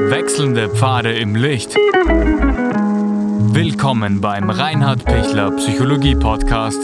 Wechselnde Pfade im Licht. Willkommen beim Reinhard Pichler Psychologie Podcast.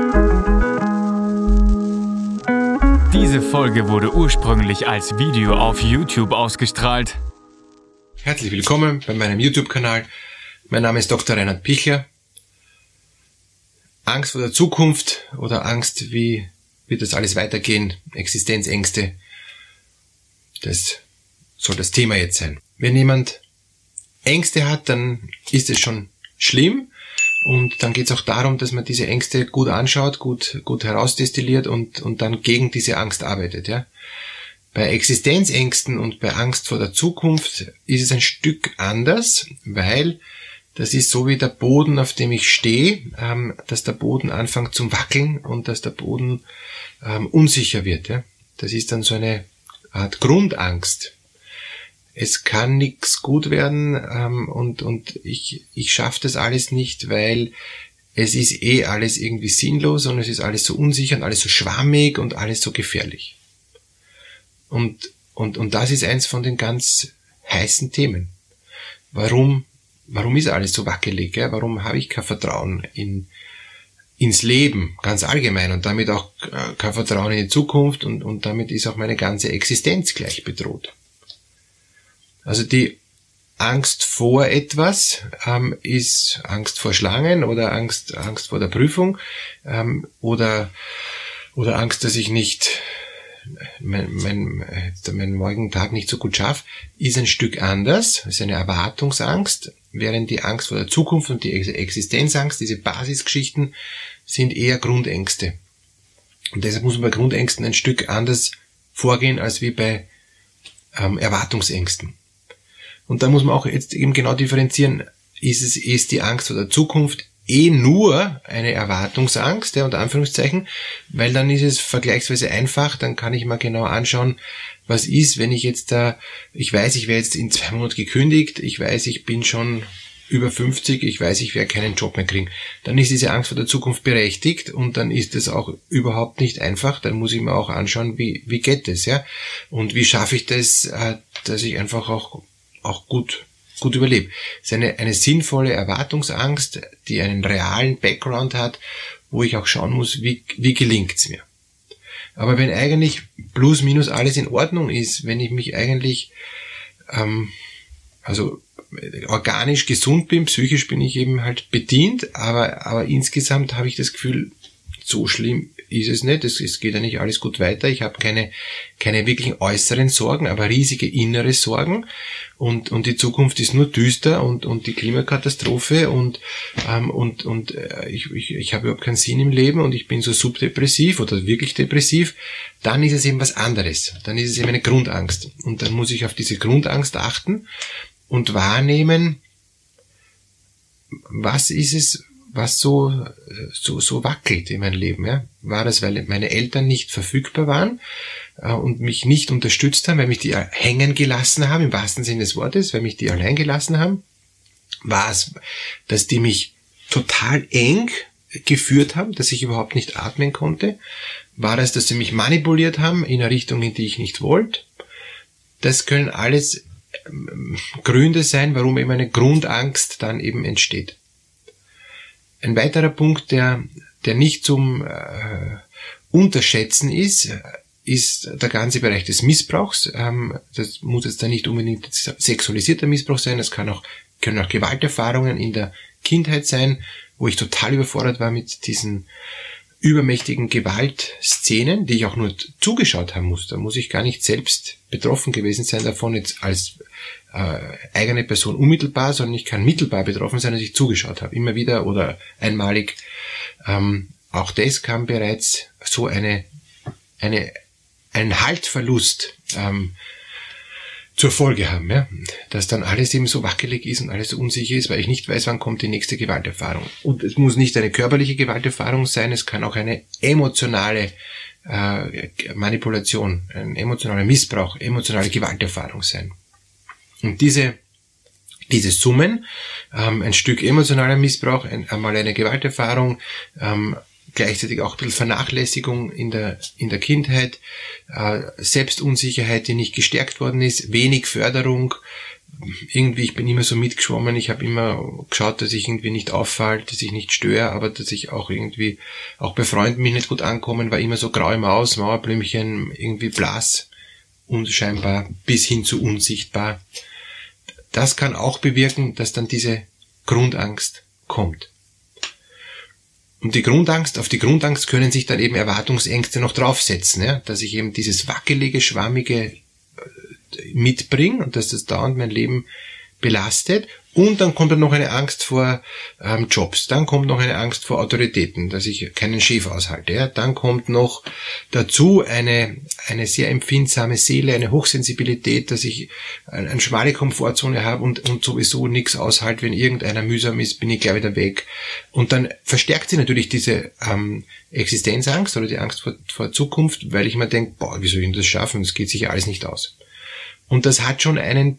Diese Folge wurde ursprünglich als Video auf YouTube ausgestrahlt. Herzlich willkommen bei meinem YouTube-Kanal. Mein Name ist Dr. Reinhard Pichler. Angst vor der Zukunft oder Angst, wie wird das alles weitergehen, Existenzängste, das soll das Thema jetzt sein. Wenn jemand Ängste hat, dann ist es schon schlimm und dann geht es auch darum, dass man diese Ängste gut anschaut, gut herausdestilliert und dann gegen diese Angst arbeitet. Ja. Bei Existenzängsten und bei Angst vor der Zukunft ist es ein Stück anders, weil das ist so wie der Boden, auf dem ich stehe, dass der Boden anfängt zu wackeln und dass der Boden unsicher wird. Ja. Das ist dann so eine Art Grundangst. Es kann nichts gut werden und ich schaffe das alles nicht, weil es ist alles irgendwie sinnlos und es ist alles so unsicher und alles so schwammig und alles so gefährlich. Und das ist eins von den ganz heißen Themen. Warum ist alles so wackelig? Ja? Warum habe ich kein Vertrauen ins Leben, ganz allgemein, und damit auch kein Vertrauen in die Zukunft und damit ist auch meine ganze Existenz gleich bedroht. Also die Angst vor etwas ist Angst vor Schlangen oder Angst vor der Prüfung oder Angst, dass ich nicht meinen morgigen Tag nicht so gut schaffe, ist ein Stück anders. Das ist eine Erwartungsangst, während die Angst vor der Zukunft und die Existenzangst, diese Basisgeschichten, sind eher Grundängste. Und deshalb muss man bei Grundängsten ein Stück anders vorgehen als wie bei Erwartungsängsten. Und da muss man auch jetzt eben genau differenzieren, ist die Angst vor der Zukunft nur eine Erwartungsangst, ja, unter Anführungszeichen, weil dann ist es vergleichsweise einfach, dann kann ich mal genau anschauen, was ist, wenn ich jetzt ich weiß, ich werde jetzt in 2 Monaten gekündigt, ich weiß, ich bin schon über 50, ich weiß, ich werde keinen Job mehr kriegen. Dann ist diese Angst vor der Zukunft berechtigt und dann ist es auch überhaupt nicht einfach, dann muss ich mir auch anschauen, wie geht es, ja, und wie schaffe ich das, dass ich einfach auch gut überlebe. Es ist eine sinnvolle Erwartungsangst, die einen realen Background hat, wo ich auch schauen muss, wie gelingt's mir. Aber wenn eigentlich plus minus alles in Ordnung ist, wenn ich mich eigentlich organisch gesund bin, psychisch bin ich eben halt bedient, aber insgesamt habe ich das Gefühl, so schlimm ist es nicht, es geht ja nicht alles gut weiter, ich habe keine wirklichen äußeren Sorgen, aber riesige innere Sorgen und die Zukunft ist nur düster und die Klimakatastrophe und ich habe überhaupt keinen Sinn im Leben und ich bin so subdepressiv oder wirklich depressiv, dann ist es eben was anderes, dann ist es eben eine Grundangst und dann muss ich auf diese Grundangst achten und wahrnehmen, was ist es, was so wackelt in meinem Leben, ja? War das, weil meine Eltern nicht verfügbar waren und mich nicht unterstützt haben, weil mich die hängen gelassen haben, im wahrsten Sinne des Wortes, weil mich die allein gelassen haben? War es, dass die mich total eng geführt haben, dass ich überhaupt nicht atmen konnte? War es, dass sie mich manipuliert haben in eine Richtung, in die ich nicht wollte? Das können alles Gründe sein, warum eben eine Grundangst dann eben entsteht. Ein weiterer Punkt, der nicht zum Unterschätzen ist der ganze Bereich des Missbrauchs. Das muss jetzt dann nicht unbedingt sexualisierter Missbrauch sein, das können auch Gewalterfahrungen in der Kindheit sein, wo ich total überfordert war mit diesen übermächtigen Gewaltszenen, die ich auch nur zugeschaut haben muss. Da muss ich gar nicht selbst betroffen gewesen sein davon, jetzt als eigene Person unmittelbar, sondern ich kann mittelbar betroffen sein, dass ich zugeschaut habe, immer wieder oder einmalig. Auch das kann bereits so einen Haltverlust zur Folge haben, ja? Dass dann alles eben so wackelig ist und alles so unsicher ist, weil ich nicht weiß, wann kommt die nächste Gewalterfahrung. Und es muss nicht eine körperliche Gewalterfahrung sein, es kann auch eine emotionale Manipulation, ein emotionaler Missbrauch, emotionale Gewalterfahrung sein. Und diese Summen, ein Stück emotionaler Missbrauch, einmal eine Gewalterfahrung, gleichzeitig auch ein bisschen Vernachlässigung in der Kindheit, Selbstunsicherheit, die nicht gestärkt worden ist, wenig Förderung, ich bin immer so mitgeschwommen, ich habe immer geschaut, dass ich irgendwie nicht auffalle, dass ich nicht störe, aber dass ich auch irgendwie, auch bei Freunden mich nicht gut ankommen, war immer so graue Maus, Mauerblümchen, irgendwie blass, unscheinbar, bis hin zu unsichtbar. Das kann auch bewirken, dass dann diese Grundangst kommt. Und auf die Grundangst können sich dann eben Erwartungsängste noch draufsetzen, ja? Dass ich eben dieses wackelige, schwammige mitbringe und dass das dauernd mein Leben belastet. Und dann kommt dann noch eine Angst vor Jobs, dann kommt noch eine Angst vor Autoritäten, dass ich keinen Chef aushalte. Ja? Dann kommt noch dazu eine sehr empfindsame Seele, eine Hochsensibilität, dass ich eine schmale Komfortzone habe und sowieso nichts aushalte. Wenn irgendeiner mühsam ist, bin ich gleich wieder weg. Und dann verstärkt sich natürlich diese Existenzangst oder die Angst vor Zukunft, weil ich mir denke, boah, wie soll ich denn das schaffen? Das geht sicher alles nicht aus. Und das hat schon einen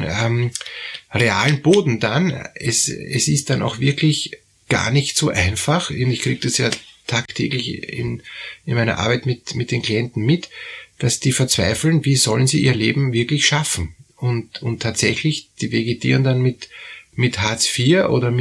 realen Boden dann. Es ist dann auch wirklich gar nicht so einfach. Ich kriege das ja tagtäglich in meiner Arbeit mit den Klienten mit, dass die verzweifeln, wie sollen sie ihr Leben wirklich schaffen. Und tatsächlich, die vegetieren dann mit Hartz IV oder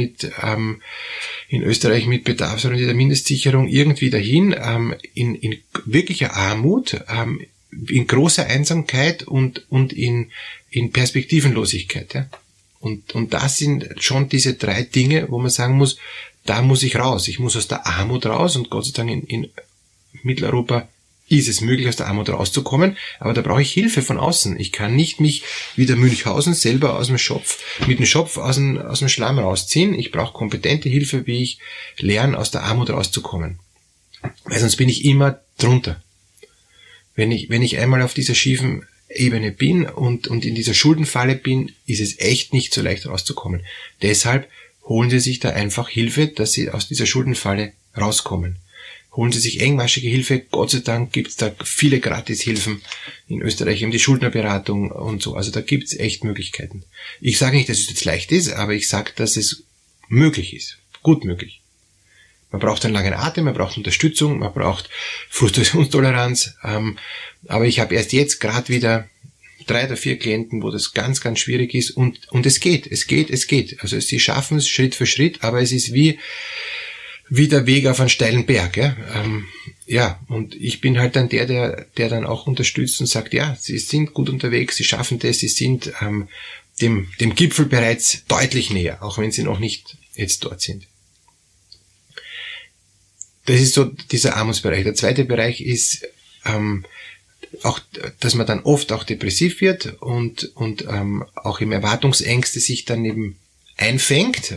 in Österreich mit bedarfsorientierter Mindestsicherung irgendwie dahin, in wirklicher Armut, in großer Einsamkeit und in Perspektivenlosigkeit. Ja? Und das sind schon diese 3 Dinge, wo man sagen muss, da muss ich raus. Ich muss aus der Armut raus und Gott sei Dank in Mitteleuropa ist es möglich, aus der Armut rauszukommen, aber da brauche ich Hilfe von außen. Ich kann nicht mich wie der Münchhausen selber mit dem Schopf aus dem Schlamm rausziehen. Ich brauche kompetente Hilfe, wie ich lerne, aus der Armut rauszukommen. Weil sonst bin ich immer drunter. Wenn ich einmal auf dieser schiefen Ebene bin und in dieser Schuldenfalle bin, ist es echt nicht so leicht rauszukommen. Deshalb holen Sie sich da einfach Hilfe, dass Sie aus dieser Schuldenfalle rauskommen. Holen Sie sich engmaschige Hilfe. Gott sei Dank gibt's da viele Gratishilfen in Österreich, eben die Schuldnerberatung und so. Also da gibt's echt Möglichkeiten. Ich sage nicht, dass es jetzt leicht ist, aber ich sage, dass es möglich ist. Gut möglich. Man braucht einen langen Atem, man braucht Unterstützung, man braucht Frustrationstoleranz. Aber ich habe erst jetzt gerade wieder 3 oder 4 Klienten, wo das ganz, ganz schwierig ist. Und es geht. Also sie schaffen es Schritt für Schritt, aber es ist wie der Weg auf einen steilen Berg. Ja, und ich bin halt dann der dann auch unterstützt und sagt, ja, sie sind gut unterwegs, sie schaffen das, sie sind dem Gipfel bereits deutlich näher, auch wenn sie noch nicht jetzt dort sind. Das ist so dieser Armutsbereich. Der zweite Bereich ist auch, dass man dann oft auch depressiv wird und auch im Erwartungsängste sich dann eben einfängt,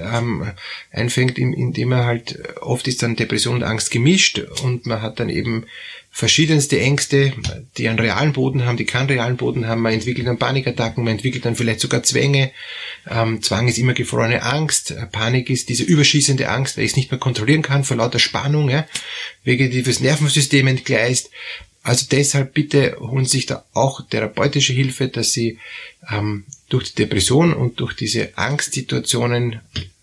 indem er halt, oft ist dann Depression und Angst gemischt und man hat dann eben verschiedenste Ängste, die einen realen Boden haben, die keinen realen Boden haben. Man entwickelt dann Panikattacken, man entwickelt dann vielleicht sogar Zwänge. Zwang ist immer gefrorene Angst. Panik ist diese überschießende Angst, weil ich es nicht mehr kontrollieren kann vor lauter Spannung. Ja? Vegetatives Nervensystem entgleist. Also deshalb bitte holen Sie sich da auch therapeutische Hilfe, dass Sie durch die Depression und durch diese Angstsituationen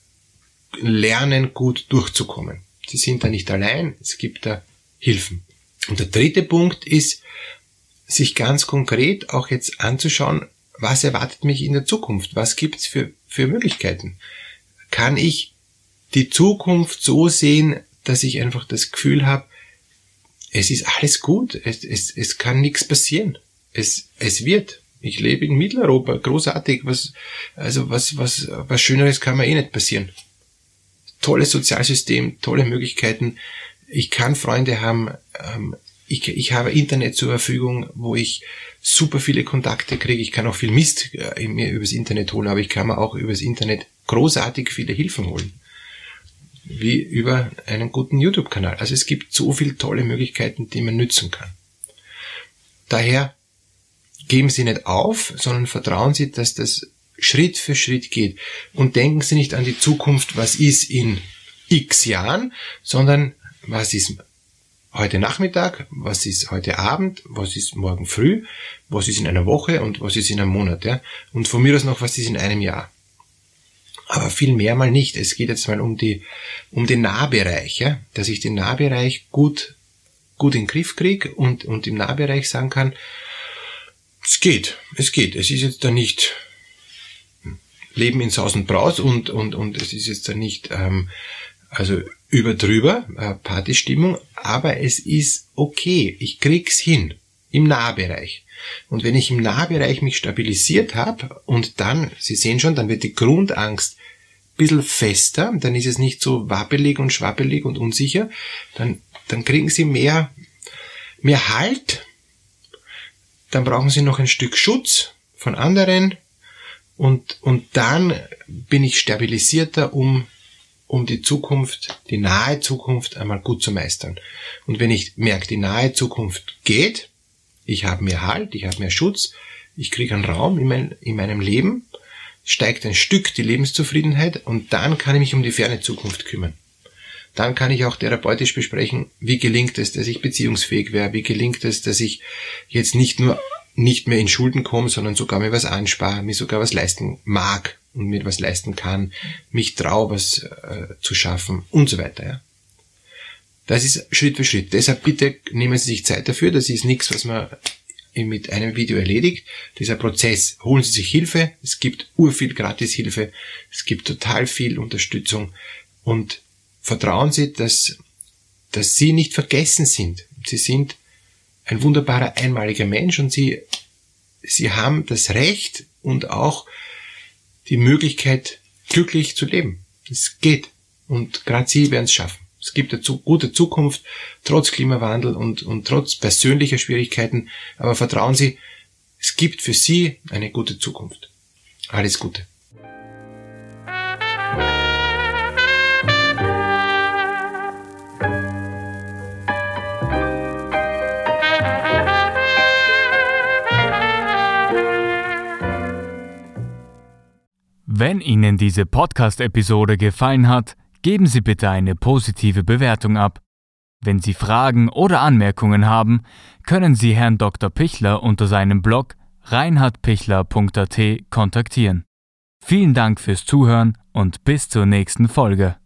lernen, gut durchzukommen. Sie sind da nicht allein, es gibt da Hilfen. Und der dritte Punkt ist, sich ganz konkret auch jetzt anzuschauen, was erwartet mich in der Zukunft? Was gibt's für Möglichkeiten? Kann ich die Zukunft so sehen, dass ich einfach das Gefühl habe, es ist alles gut, es kann nichts passieren. Es wird. Ich lebe in Mitteleuropa, großartig, was Schöneres kann mir nicht passieren. Tolles Sozialsystem, tolle Möglichkeiten. Ich kann Freunde haben, ich habe Internet zur Verfügung, wo ich super viele Kontakte kriege. Ich kann auch viel Mist mir übers Internet holen, aber ich kann mir auch übers Internet großartig viele Hilfen holen. Wie über einen guten YouTube-Kanal. Also es gibt so viele tolle Möglichkeiten, die man nützen kann. Daher geben Sie nicht auf, sondern vertrauen Sie, dass das Schritt für Schritt geht. Und denken Sie nicht an die Zukunft, was ist in x Jahren, sondern was ist heute Nachmittag, was ist heute Abend, was ist morgen früh, was ist in einer Woche und was ist in einem Monat. Ja? Und von mir aus noch, was ist in einem Jahr. Aber viel mehr mal nicht. Es geht jetzt mal um den Nahbereich, ja? Dass ich den Nahbereich gut in den Griff kriege und im Nahbereich sagen kann, es geht. Es ist jetzt da nicht leben in Saus und Braus und es ist jetzt dann nicht also überdrüber, Partystimmung, aber es ist okay, ich krieg's hin im Nahbereich. Und wenn ich im Nahbereich mich stabilisiert habe und dann, Sie sehen schon, dann wird die Grundangst ein bisschen fester, dann ist es nicht so wabbelig und schwabbelig und unsicher, dann kriegen Sie mehr Halt, dann brauchen Sie noch ein Stück Schutz von anderen und dann bin ich stabilisierter, um die Zukunft, die nahe Zukunft einmal gut zu meistern. Und wenn ich merke, die nahe Zukunft geht, ich habe mehr Halt, ich habe mehr Schutz, ich kriege einen Raum in meinem Leben, steigt ein Stück die Lebenszufriedenheit und dann kann ich mich um die ferne Zukunft kümmern. Dann kann ich auch therapeutisch besprechen, wie gelingt es, dass ich beziehungsfähig wäre, wie gelingt es, dass ich jetzt nicht mehr in Schulden komme, sondern sogar mir was anspare, mir sogar was leisten mag und mir was leisten kann, mich traue, was zu schaffen und so weiter. Ja. Das ist Schritt für Schritt. Deshalb bitte nehmen Sie sich Zeit dafür. Das ist nichts, was man mit einem Video erledigt. Dieser Prozess, holen Sie sich Hilfe. Es gibt urviel Gratishilfe. Es gibt total viel Unterstützung. Und vertrauen Sie, dass Sie nicht vergessen sind. Sie sind ein wunderbarer, einmaliger Mensch und Sie haben das Recht und auch die Möglichkeit, glücklich zu leben. Es geht. Und gerade Sie werden es schaffen. Es gibt eine gute Zukunft, trotz Klimawandel und trotz persönlicher Schwierigkeiten. Aber vertrauen Sie, es gibt für Sie eine gute Zukunft. Alles Gute. Wenn Ihnen diese Podcast-Episode gefallen hat, geben Sie bitte eine positive Bewertung ab. Wenn Sie Fragen oder Anmerkungen haben, können Sie Herrn Dr. Pichler unter seinem Blog reinhardpichler.at kontaktieren. Vielen Dank fürs Zuhören und bis zur nächsten Folge.